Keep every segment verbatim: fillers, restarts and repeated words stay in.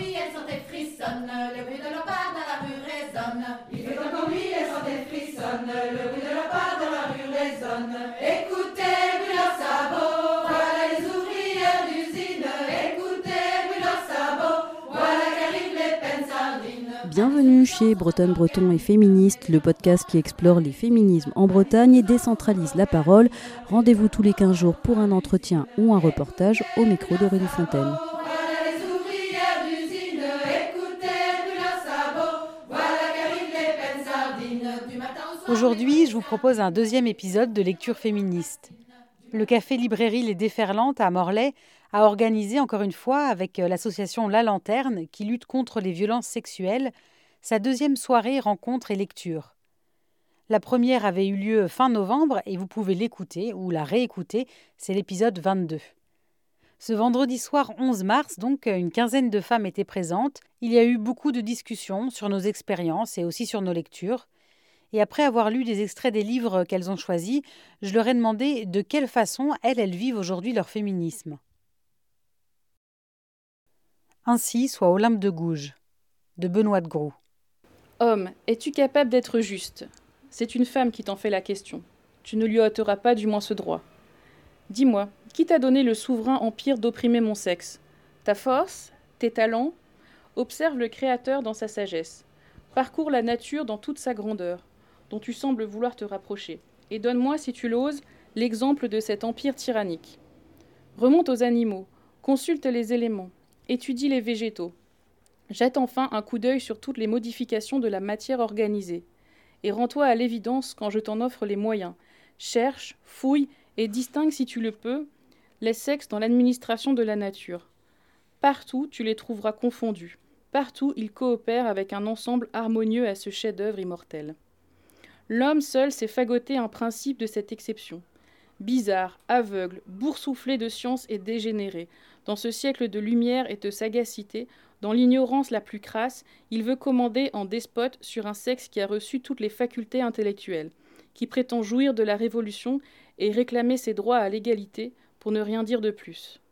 conduit, elle sort, elle frissonne, le bruit de leur pas dans la rue résonne. Il fait un conduit, elle sort, elle frissonne, le bruit de leur pas dans la rue résonne. Écoutez, bruit leurs sabots, voilà les ouvrières d'usine. Écoutez, bruit leurs sabots, voilà qu'arrivent les peines sardines. Bienvenue chez Bretonne Breton et Féministe, le podcast qui explore les féminismes en Bretagne et décentralise la parole. Rendez-vous tous les quinze jours pour un entretien ou un reportage au micro d'Aurélie Fontaine. Aujourd'hui, je vous propose un deuxième épisode de lecture féministe. Le café librairie Les Déferlantes à Morlaix a organisé encore une fois avec l'association La Lanterne qui lutte contre les violences sexuelles sa deuxième soirée rencontre et lecture. La première avait eu lieu fin novembre et vous pouvez l'écouter ou la réécouter, c'est l'épisode vingt-deux. Ce vendredi soir onze mars, donc, une quinzaine de femmes étaient présentes. Il y a eu beaucoup de discussions sur nos expériences et aussi sur nos lectures. Et après avoir lu des extraits des livres qu'elles ont choisis, je leur ai demandé de quelle façon elles, elles vivent aujourd'hui leur féminisme. Ainsi soit Olympe de Gouges, de Benoît de Groux. Homme, es-tu capable d'être juste ? C'est une femme qui t'en fait la question. Tu ne lui ôteras pas du moins ce droit. Dis-moi, qui t'a donné le souverain empire d'opprimer mon sexe ? Ta force ? Tes talents ? Observe le Créateur dans sa sagesse. Parcours la nature dans toute sa grandeur, dont tu sembles vouloir te rapprocher, et donne-moi, si tu l'oses, l'exemple de cet empire tyrannique. Remonte aux animaux, consulte les éléments, étudie les végétaux. Jette enfin un coup d'œil sur toutes les modifications de la matière organisée, et rends-toi à l'évidence quand je t'en offre les moyens. Cherche, fouille et distingue, si tu le peux, les sexes dans l'administration de la nature. Partout, tu les trouveras confondus. Partout, ils coopèrent avec un ensemble harmonieux à ce chef-d'œuvre immortel. L'homme seul s'est fagoté un principe de cette exception. Bizarre, aveugle, boursouflé de science et dégénéré, dans ce siècle de lumière et de sagacité, dans l'ignorance la plus crasse, il veut commander en despote sur un sexe qui a reçu toutes les facultés intellectuelles, qui prétend jouir de la révolution et réclamer ses droits à l'égalité, pour ne rien dire de plus.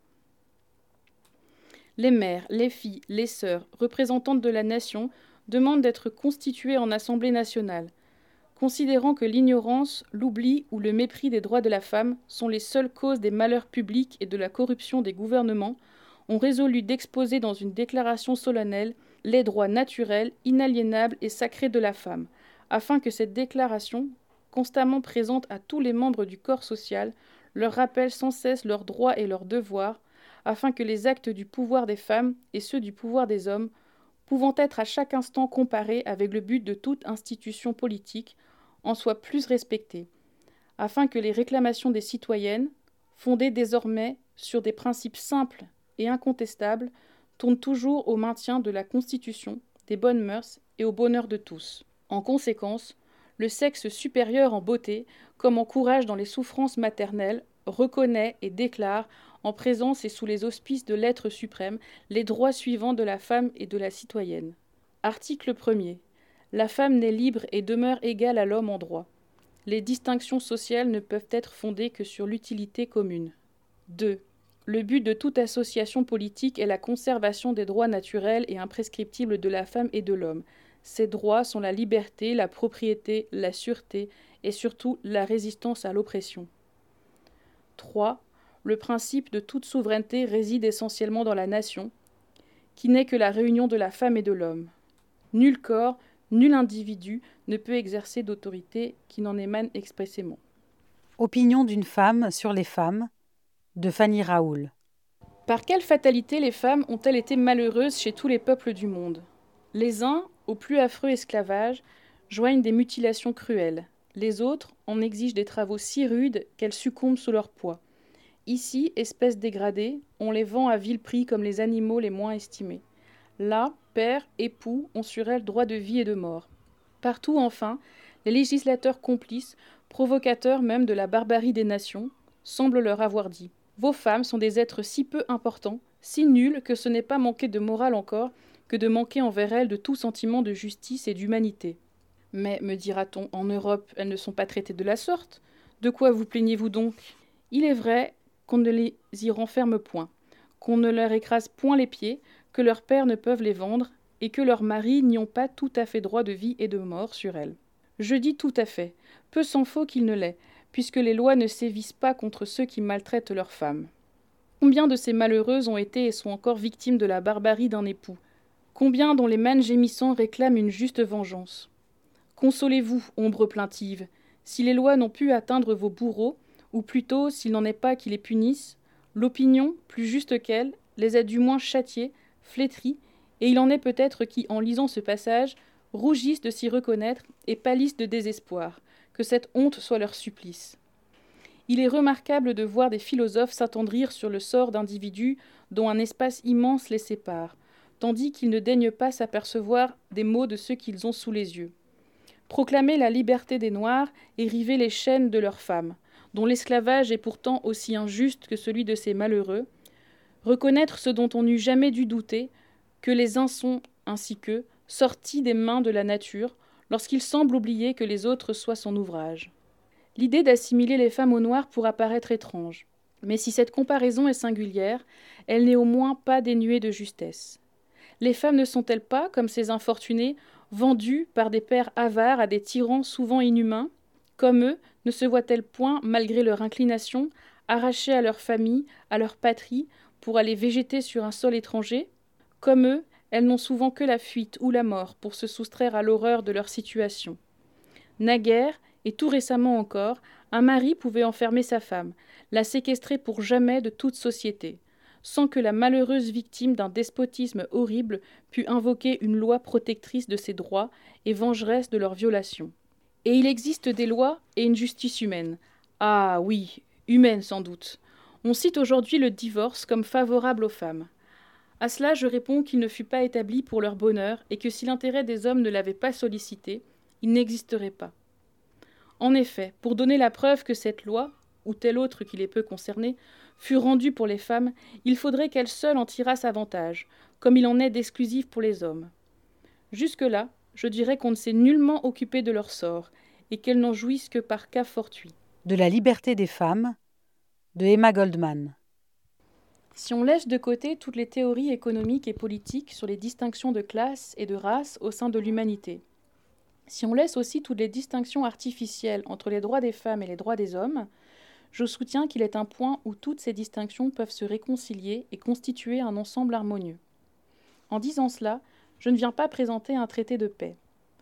Les mères, les filles, les sœurs, représentantes de la nation, demandent d'être constituées en Assemblée nationale, considérant que l'ignorance, l'oubli ou le mépris des droits de la femme sont les seules causes des malheurs publics et de la corruption des gouvernements, ont résolu d'exposer dans une déclaration solennelle les droits naturels, inaliénables et sacrés de la femme, afin que cette déclaration, constamment présente à tous les membres du corps social, leur rappelle sans cesse leurs droits et leurs devoirs, afin que les actes du pouvoir des femmes et ceux du pouvoir des hommes, pouvant être à chaque instant comparés avec le but de toute institution politique, en soient plus respectés, afin que les réclamations des citoyennes, fondées désormais sur des principes simples et incontestables, tournent toujours au maintien de la Constitution, des bonnes mœurs et au bonheur de tous. En conséquence, le sexe supérieur en beauté, comme en courage dans les souffrances maternelles, reconnaît et déclare, en présence et sous les auspices de l'être suprême, les droits suivants de la femme et de la citoyenne. Article premier. La femme naît libre et demeure égale à l'homme en droit. Les distinctions sociales ne peuvent être fondées que sur l'utilité commune. deux. Le but de toute association politique est la conservation des droits naturels et imprescriptibles de la femme et de l'homme. Ces droits sont la liberté, la propriété, la sûreté et surtout la résistance à l'oppression. trois. Le principe de toute souveraineté réside essentiellement dans la nation, qui n'est que la réunion de la femme et de l'homme. Nul corps, nul individu ne peut exercer d'autorité qui n'en émane expressément. Opinion d'une femme sur les femmes, de Fanny Raoul. Par quelle fatalité les femmes ont-elles été malheureuses chez tous les peuples du monde ? Les uns, au plus affreux esclavage, joignent des mutilations cruelles. Les autres en exigent des travaux si rudes qu'elles succombent sous leur poids. Ici, espèces dégradées, on les vend à vil prix comme les animaux les moins estimés. Là, père, époux ont sur elles droit de vie et de mort. Partout, enfin, les législateurs complices, provocateurs même de la barbarie des nations, semblent leur avoir dit « Vos femmes sont des êtres si peu importants, si nuls que ce n'est pas manquer de morale encore, que de manquer envers elles de tout sentiment de justice et d'humanité. » Mais, me dira-t-on, en Europe, elles ne sont pas traitées de la sorte. De quoi vous plaignez-vous donc ? Il est vrai qu'on ne les y renferme point, qu'on ne leur écrase point les pieds, que leurs pères ne peuvent les vendre et que leurs maris n'y ont pas tout à fait droit de vie et de mort sur elles. Je dis tout à fait, peu s'en faut qu'il ne l'ait, puisque les lois ne sévissent pas contre ceux qui maltraitent leurs femmes. Combien de ces malheureuses ont été et sont encore victimes de la barbarie d'un époux? Combien dont les mânes gémissants réclament une juste vengeance? Consolez-vous, ombre plaintive, si les lois n'ont pu atteindre vos bourreaux, ou plutôt s'il n'en est pas qui les punissent, l'opinion, plus juste qu'elle, les a du moins châtiés, flétris, et il en est peut-être qui, en lisant ce passage, rougissent de s'y reconnaître et pâlissent de désespoir, que cette honte soit leur supplice. Il est remarquable de voir des philosophes s'attendrir sur le sort d'individus dont un espace immense les sépare, tandis qu'ils ne daignent pas s'apercevoir des maux de ceux qu'ils ont sous les yeux. Proclamer la liberté des Noirs et river les chaînes de leurs femmes, dont l'esclavage est pourtant aussi injuste que celui de ces malheureux, reconnaître ce dont on n'eût jamais dû douter, que les uns sont, ainsi qu'eux, sortis des mains de la nature, lorsqu'il semble oublier que les autres soient son ouvrage. L'idée d'assimiler les femmes aux Noirs pourra paraître étrange, mais si cette comparaison est singulière, elle n'est au moins pas dénuée de justesse. Les femmes ne sont-elles pas, comme ces infortunées, vendues par des pères avares à des tyrans souvent inhumains? Comme eux, ne se voient-elles point, malgré leur inclination, arrachées à leur famille, à leur patrie, pour aller végéter sur un sol étranger? Comme eux, elles n'ont souvent que la fuite ou la mort pour se soustraire à l'horreur de leur situation. Naguère, et tout récemment encore, un mari pouvait enfermer sa femme, la séquestrer pour jamais de toute société, sans que la malheureuse victime d'un despotisme horrible pût invoquer une loi protectrice de ses droits et vengeresse de leur violation. Et il existe des lois et une justice humaine. Ah oui, humaine sans doute. On cite aujourd'hui le divorce comme favorable aux femmes. À cela, je réponds qu'il ne fut pas établi pour leur bonheur et que si l'intérêt des hommes ne l'avait pas sollicité, il n'existerait pas. En effet, pour donner la preuve que cette loi, ou telle autre qui les peut concerner, fut rendue pour les femmes, il faudrait qu'elles seules en tirassent avantage, comme il en est d'exclusif pour les hommes. Jusque-là, je dirais qu'on ne s'est nullement occupé de leur sort, et qu'elles n'en jouissent que par cas fortuit. De la liberté des femmes, de Emma Goldman. Si on laisse de côté toutes les théories économiques et politiques sur les distinctions de classe et de race au sein de l'humanité, si on laisse aussi toutes les distinctions artificielles entre les droits des femmes et les droits des hommes, je soutiens qu'il est un point où toutes ces distinctions peuvent se réconcilier et constituer un ensemble harmonieux. En disant cela, je ne viens pas présenter un traité de paix.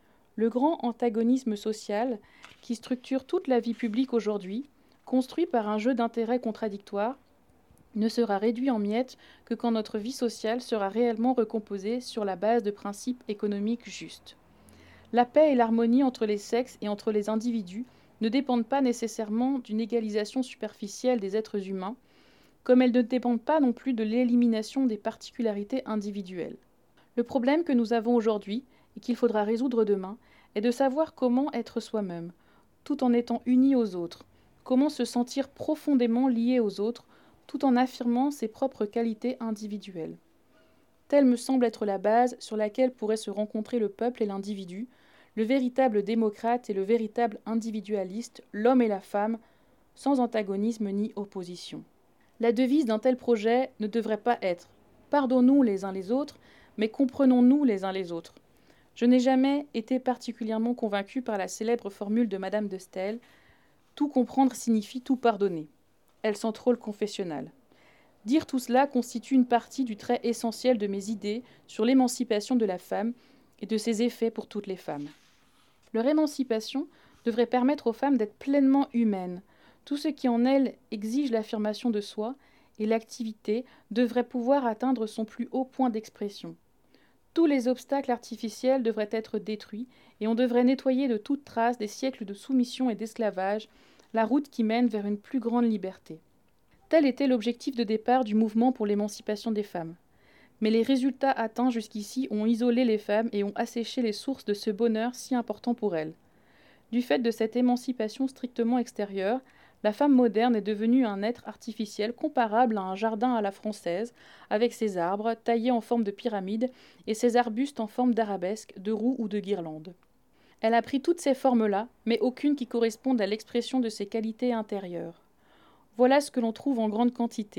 Le grand antagonisme social qui structure toute la vie publique aujourd'hui, construit par un jeu d'intérêts contradictoires, ne sera réduit en miettes que quand notre vie sociale sera réellement recomposée sur la base de principes économiques justes. La paix et l'harmonie entre les sexes et entre les individus ne dépendent pas nécessairement d'une égalisation superficielle des êtres humains, comme elles ne dépendent pas non plus de l'élimination des particularités individuelles. Le problème que nous avons aujourd'hui, et qu'il faudra résoudre demain, est de savoir comment être soi-même, tout en étant unis aux autres, comment se sentir profondément lié aux autres, tout en affirmant ses propres qualités individuelles. Telle me semble être la base sur laquelle pourraient se rencontrer le peuple et l'individu, le véritable démocrate et le véritable individualiste, l'homme et la femme, sans antagonisme ni opposition. La devise d'un tel projet ne devrait pas être « pardonnons les uns les autres », mais comprenons-nous les uns les autres. Je n'ai jamais été particulièrement convaincue par la célèbre formule de Madame de Staël « tout comprendre signifie tout pardonner ». Elle sent trop le confessionnal. Dire tout cela constitue une partie du trait essentiel de mes idées sur l'émancipation de la femme et de ses effets pour toutes les femmes. Leur émancipation devrait permettre aux femmes d'être pleinement humaines. Tout ce qui en elles exige l'affirmation de soi et l'activité devrait pouvoir atteindre son plus haut point d'expression. Tous les obstacles artificiels devraient être détruits et on devrait nettoyer de toute trace des siècles de soumission et d'esclavage la route qui mène vers une plus grande liberté. Tel était l'objectif de départ du mouvement pour l'émancipation des femmes. Mais les résultats atteints jusqu'ici ont isolé les femmes et ont asséché les sources de ce bonheur si important pour elles. Du fait de cette émancipation strictement extérieure, la femme moderne est devenue un être artificiel comparable à un jardin à la française, avec ses arbres taillés en forme de pyramide et ses arbustes en forme d'arabesque, de roues ou de guirlandes. Elle a pris toutes ces formes-là, mais aucune qui corresponde à l'expression de ses qualités intérieures. Voilà ce que l'on trouve en grande quantité,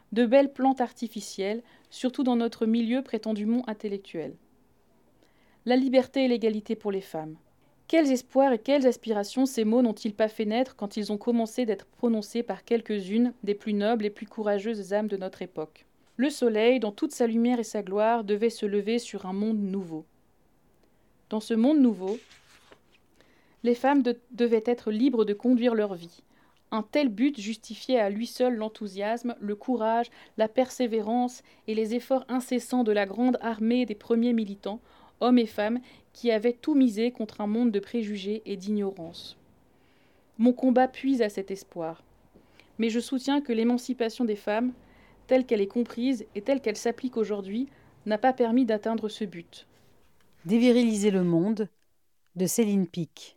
de belles plantes artificielles, surtout dans notre milieu prétendument intellectuel. La liberté et l'égalité pour les femmes. Quels espoirs et quelles aspirations ces mots n'ont-ils pas fait naître quand ils ont commencé d'être prononcés par quelques-unes des plus nobles et plus courageuses âmes de notre époque. Le soleil, dans toute sa lumière et sa gloire, devait se lever sur un monde nouveau. Dans ce monde nouveau, les femmes de- devaient être libres de conduire leur vie. Un tel but justifiait à lui seul l'enthousiasme, le courage, la persévérance et les efforts incessants de la grande armée des premiers militants, hommes et femmes, qui avaient tout misé contre un monde de préjugés et d'ignorance. Mon combat puise à cet espoir. Mais je soutiens que l'émancipation des femmes, telle qu'elle est comprise et telle qu'elle s'applique aujourd'hui, n'a pas permis d'atteindre ce but. Déviriliser le monde, de Céline Picq.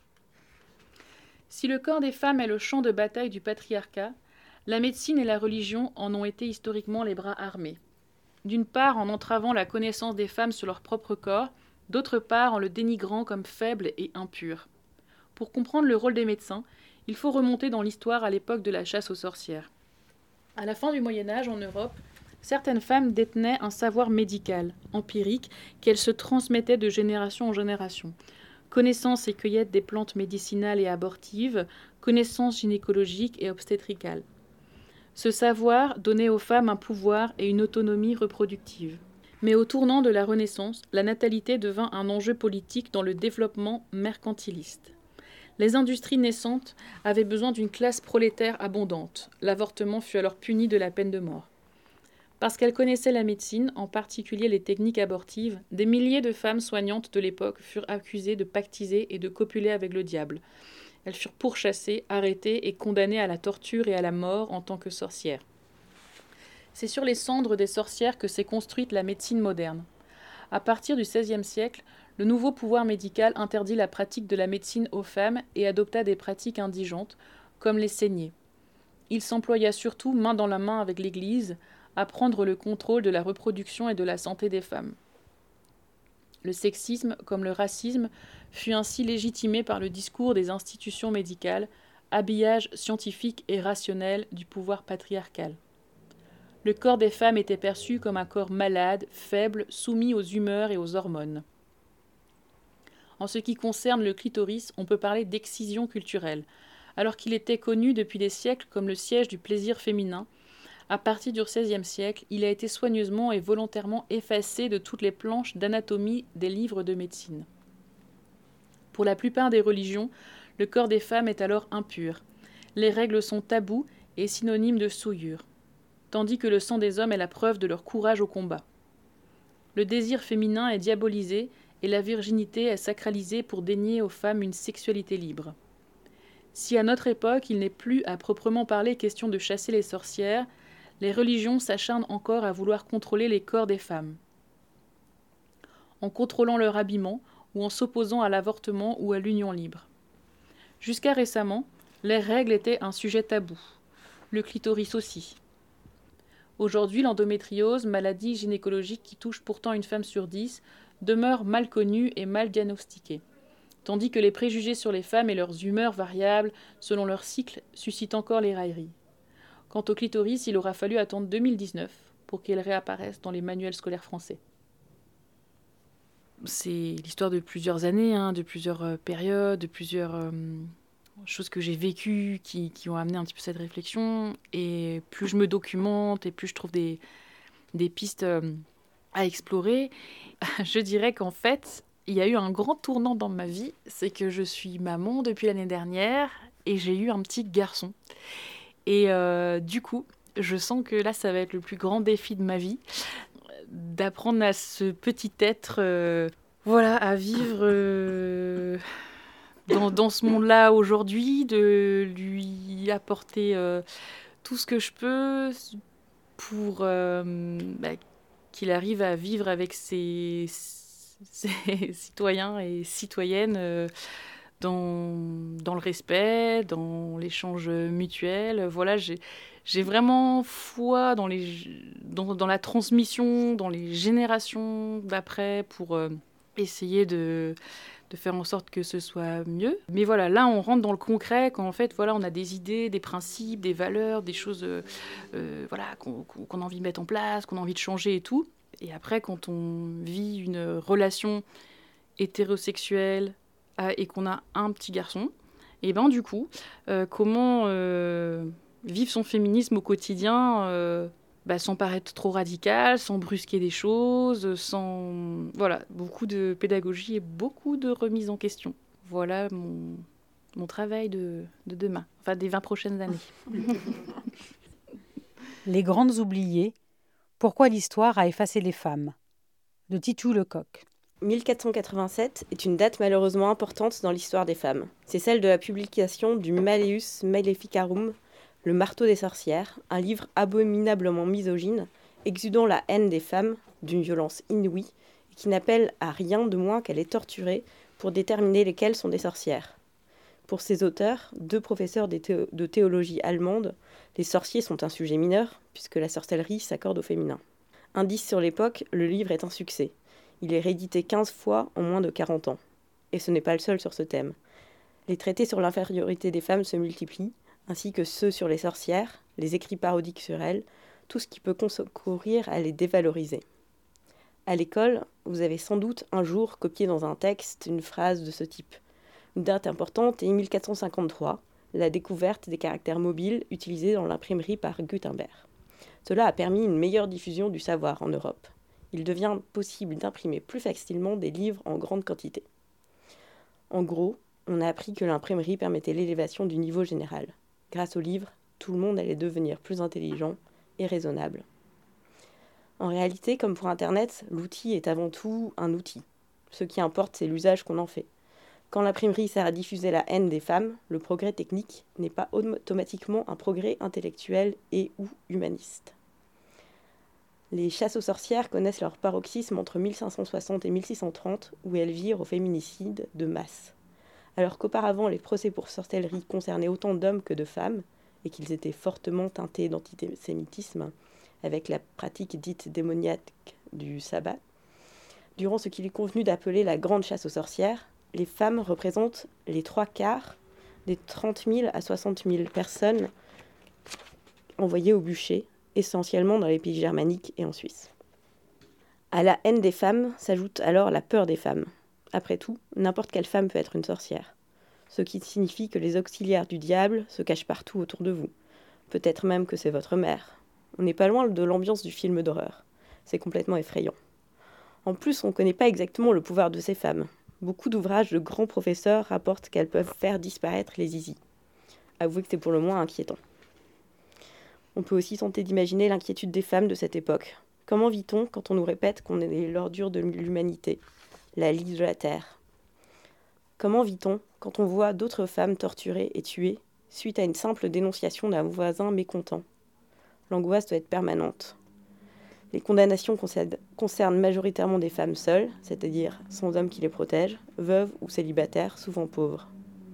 Si le corps des femmes est le champ de bataille du patriarcat, la médecine et la religion en ont été historiquement les bras armés. D'une part en entravant la connaissance des femmes sur leur propre corps, d'autre part en le dénigrant comme faible et impur. Pour comprendre le rôle des médecins, il faut remonter dans l'histoire à l'époque de la chasse aux sorcières. À la fin du Moyen-Âge, en Europe, certaines femmes détenaient un savoir médical, empirique, qu'elles se transmettaient de génération en génération. Connaissances et cueillettes des plantes médicinales et abortives, connaissances gynécologiques et obstétricales. Ce savoir donnait aux femmes un pouvoir et une autonomie reproductive. Mais au tournant de la Renaissance, la natalité devint un enjeu politique dans le développement mercantiliste. Les industries naissantes avaient besoin d'une classe prolétaire abondante. L'avortement fut alors puni de la peine de mort. Parce qu'elles connaissaient la médecine, en particulier les techniques abortives, des milliers de femmes soignantes de l'époque furent accusées de pactiser et de copuler avec le diable. Elles furent pourchassées, arrêtées et condamnées à la torture et à la mort en tant que sorcières. C'est sur les cendres des sorcières que s'est construite la médecine moderne. À partir du seizième siècle, le nouveau pouvoir médical interdit la pratique de la médecine aux femmes et adopta des pratiques indigentes, comme les saignées. Il s'employa surtout, main dans la main avec l'Église, à prendre le contrôle de la reproduction et de la santé des femmes. Le sexisme, comme le racisme, fut ainsi légitimé par le discours des institutions médicales, habillage scientifique et rationnel du pouvoir patriarcal. Le corps des femmes était perçu comme un corps malade, faible, soumis aux humeurs et aux hormones. En ce qui concerne le clitoris, on peut parler d'excision culturelle. Alors qu'il était connu depuis des siècles comme le siège du plaisir féminin, à partir du seizième siècle, il a été soigneusement et volontairement effacé de toutes les planches d'anatomie des livres de médecine. Pour la plupart des religions, le corps des femmes est alors impur. Les règles sont tabous et synonymes de souillure, tandis que le sang des hommes est la preuve de leur courage au combat. Le désir féminin est diabolisé et la virginité est sacralisée pour dénier aux femmes une sexualité libre. Si à notre époque il n'est plus à proprement parler question de chasser les sorcières, les religions s'acharnent encore à vouloir contrôler les corps des femmes. En contrôlant leur habillement ou en s'opposant à l'avortement ou à l'union libre. Jusqu'à récemment, les règles étaient un sujet tabou. Le clitoris aussi. Aujourd'hui, l'endométriose, maladie gynécologique qui touche pourtant une femme sur dix, demeure mal connue et mal diagnostiquée, tandis que les préjugés sur les femmes et leurs humeurs variables selon leur cycle suscitent encore les railleries. Quant au clitoris, il aura fallu attendre deux mille dix-neuf pour qu'il réapparaisse dans les manuels scolaires français. C'est l'histoire de plusieurs années, hein, de plusieurs euh, périodes, de plusieurs euh, choses que j'ai vécues qui, qui ont amené un petit peu cette réflexion. Et plus je me documente et plus je trouve des, des pistes euh, à explorer, je dirais qu'en fait, il y a eu un grand tournant dans ma vie. C'est que je suis maman depuis l'année dernière et j'ai eu un petit garçon. Et euh, du coup, je sens que là, ça va être le plus grand défi de ma vie, d'apprendre à ce petit être, euh, voilà, à vivre euh, dans, dans ce monde-là aujourd'hui, de lui apporter euh, tout ce que je peux pour euh, bah, qu'il arrive à vivre avec ses, ses citoyens et citoyennes euh, Dans, dans le respect, dans l'échange mutuel. Voilà, j'ai, j'ai vraiment foi dans, les, dans, dans la transmission, dans les générations d'après pour euh, essayer de, de faire en sorte que ce soit mieux. Mais voilà, là, on rentre dans le concret, quand en fait, voilà, on a des idées, des principes, des valeurs, des choses euh, euh, voilà, qu'on, qu'on a envie de mettre en place, qu'on a envie de changer et tout. Et après, quand on vit une relation hétérosexuelle euh, et qu'on a un petit garçon, et ben du coup, euh, comment euh, vivre son féminisme au quotidien euh, bah, sans paraître trop radical, sans brusquer des choses, sans... Voilà, beaucoup de pédagogie et beaucoup de remise en question. Voilà mon, mon travail de, de demain, enfin des vingt prochaines années. Les grandes oubliées, pourquoi l'histoire a effacé les femmes, de Titu Lecoq. mille quatre cent quatre-vingt-sept est une date malheureusement importante dans l'histoire des femmes. C'est celle de la publication du Malleus Maleficarum, le marteau des sorcières, un livre abominablement misogyne, exudant la haine des femmes d'une violence inouïe, et qui n'appelle à rien de moins qu'à les torturer pour déterminer lesquelles sont des sorcières. Pour ses auteurs, deux professeurs de, théo- de théologie allemande, les sorciers sont un sujet mineur, puisque la sorcellerie s'accorde au féminin. Indice sur l'époque, le livre est un succès. Il est réédité quinze fois en moins de quarante ans. Et ce n'est pas le seul sur ce thème. Les traités sur l'infériorité des femmes se multiplient, ainsi que ceux sur les sorcières, les écrits parodiques sur elles, tout ce qui peut concourir à les dévaloriser. À l'école, vous avez sans doute un jour copié dans un texte une phrase de ce type. Une date importante est mille quatre cent cinquante-trois, la découverte des caractères mobiles utilisés dans l'imprimerie par Gutenberg. Cela a permis une meilleure diffusion du savoir en Europe. Il devient possible d'imprimer plus facilement des livres en grande quantité. En gros, on a appris que l'imprimerie permettait l'élévation du niveau général. Grâce aux livres, tout le monde allait devenir plus intelligent et raisonnable. En réalité, comme pour Internet, l'outil est avant tout un outil. Ce qui importe, c'est l'usage qu'on en fait. Quand l'imprimerie sert à diffuser la haine des femmes, le progrès technique n'est pas automatiquement un progrès intellectuel et ou humaniste. Les chasses aux sorcières connaissent leur paroxysme entre mille cinq cent soixante et mille six cent trente, où elles virent au féminicide de masse. Alors qu'auparavant les procès pour sorcellerie concernaient autant d'hommes que de femmes, et qu'ils étaient fortement teintés d'antisémitisme, avec la pratique dite démoniaque du sabbat, durant ce qu'il est convenu d'appeler la grande chasse aux sorcières, les femmes représentent les trois quarts des trente mille à soixante mille personnes envoyées au bûcher, essentiellement dans les pays germaniques et en Suisse. À la haine des femmes s'ajoute alors la peur des femmes. Après tout, n'importe quelle femme peut être une sorcière. Ce qui signifie que les auxiliaires du diable se cachent partout autour de vous. Peut-être même que c'est votre mère. On n'est pas loin de l'ambiance du film d'horreur. C'est complètement effrayant. En plus, on ne connaît pas exactement le pouvoir de ces femmes. Beaucoup d'ouvrages de grands professeurs rapportent qu'elles peuvent faire disparaître les zizis. Avouez que c'est pour le moins inquiétant. On peut aussi tenter d'imaginer l'inquiétude des femmes de cette époque. Comment vit-on quand on nous répète qu'on est l'ordure de l'humanité, la lie de la terre ? Comment vit-on quand on voit d'autres femmes torturées et tuées suite à une simple dénonciation d'un voisin mécontent ? L'angoisse doit être permanente. Les condamnations concernent majoritairement des femmes seules, c'est-à-dire sans homme qui les protège, veuves ou célibataires, souvent pauvres.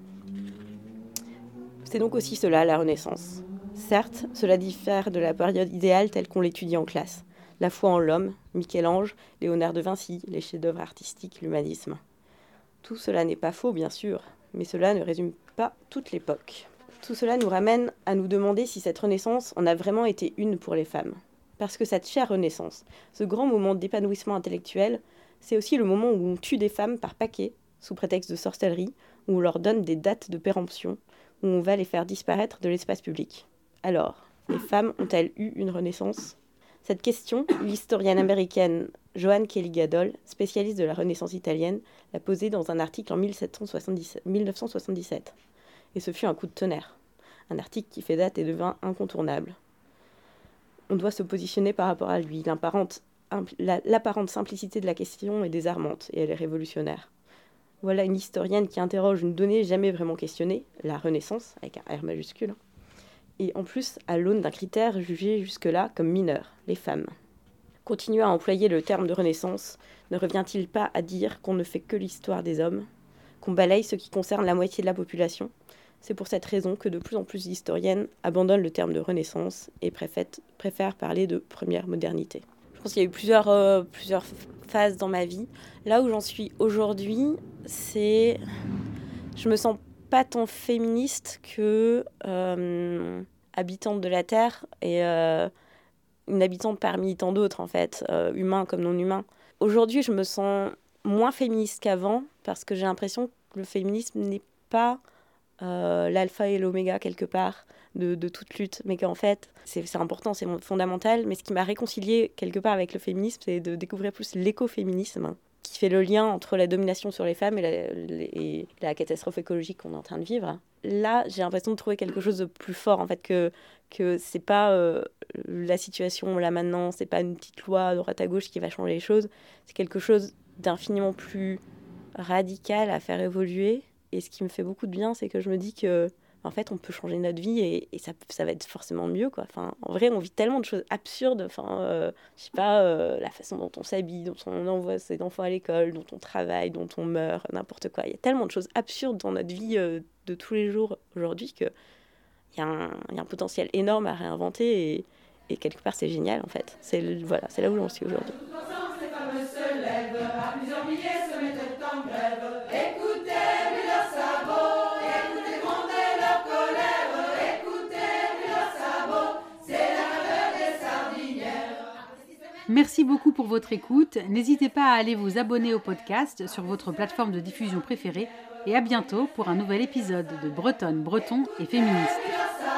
C'est donc aussi cela, la Renaissance. Certes, cela diffère de la période idéale telle qu'on l'étudie en classe. La foi en l'homme, Michel-Ange, Léonard de Vinci, les chefs-d'œuvre artistiques, l'humanisme. Tout cela n'est pas faux, bien sûr, mais cela ne résume pas toute l'époque. Tout cela nous ramène à nous demander si cette Renaissance en a vraiment été une pour les femmes. Parce que cette chère Renaissance, ce grand moment d'épanouissement intellectuel, c'est aussi le moment où on tue des femmes par paquet, sous prétexte de sorcellerie, où on leur donne des dates de péremption, où on va les faire disparaître de l'espace public. Alors, les femmes ont-elles eu une Renaissance ? Cette question, l'historienne américaine Joanne Kelly Gadol, spécialiste de la Renaissance italienne, l'a posée dans un article en mille neuf cent soixante-dix-sept. Et ce fut un coup de tonnerre. Un article qui fait date et devint incontournable. On doit se positionner par rapport à lui. L'apparente, la, l'apparente simplicité de la question est désarmante et elle est révolutionnaire. Voilà une historienne qui interroge une donnée jamais vraiment questionnée, la Renaissance, avec un R majuscule, et en plus à l'aune d'un critère jugé jusque-là comme mineur, les femmes. Continuer à employer le terme de Renaissance ne revient-il pas à dire qu'on ne fait que l'histoire des hommes, qu'on balaye ce qui concerne la moitié de la population ? C'est pour cette raison que de plus en plus d'historiennes abandonnent le terme de Renaissance et préfèrent parler de première modernité. Je pense qu'il y a eu plusieurs, euh, plusieurs phases dans ma vie. Là où j'en suis aujourd'hui, c'est... Je me sens pas tant féministe que euh, habitante de la Terre et euh, une habitante parmi tant d'autres, en fait, euh, humains comme non humains. Aujourd'hui, je me sens moins féministe qu'avant parce que j'ai l'impression que le féminisme n'est pas euh, l'alpha et l'oméga quelque part de, de toute lutte, mais qu'en fait, c'est, c'est important, c'est fondamental. Mais ce qui m'a réconciliée quelque part avec le féminisme, c'est de découvrir plus l'écoféminisme, qui fait le lien entre la domination sur les femmes et la, et la catastrophe écologique qu'on est en train de vivre. Là, j'ai l'impression de trouver quelque chose de plus fort, en fait, que, que c'est pas euh, la situation là maintenant, c'est pas une petite loi à droite à gauche qui va changer les choses, c'est quelque chose d'infiniment plus radical à faire évoluer. Et ce qui me fait beaucoup de bien, c'est que je me dis que en fait, on peut changer notre vie et, et ça, ça va être forcément mieux, quoi. Enfin, en vrai, on vit tellement de choses absurdes. Enfin, euh, je sais pas, euh, la façon dont on s'habille, dont on envoie ses enfants à l'école, dont on travaille, dont on meurt, n'importe quoi. Il y a tellement de choses absurdes dans notre vie euh, de tous les jours aujourd'hui qu'il y, y a un potentiel énorme à réinventer et, et quelque part, c'est génial, en fait. C'est, voilà, c'est là où j'en suis aujourd'hui. Les femmes se lèvent, à plusieurs milliers se mettent en grève. Écoutez, brûlent leurs sabots, écoutez gronder leur colère. Écoutez, brûlent leurs sabots, c'est la grève des sardinières. Merci beaucoup pour votre écoute. N'hésitez pas à aller vous abonner au podcast sur votre plateforme de diffusion préférée et à bientôt pour un nouvel épisode de Bretonne, Breton et Féministe.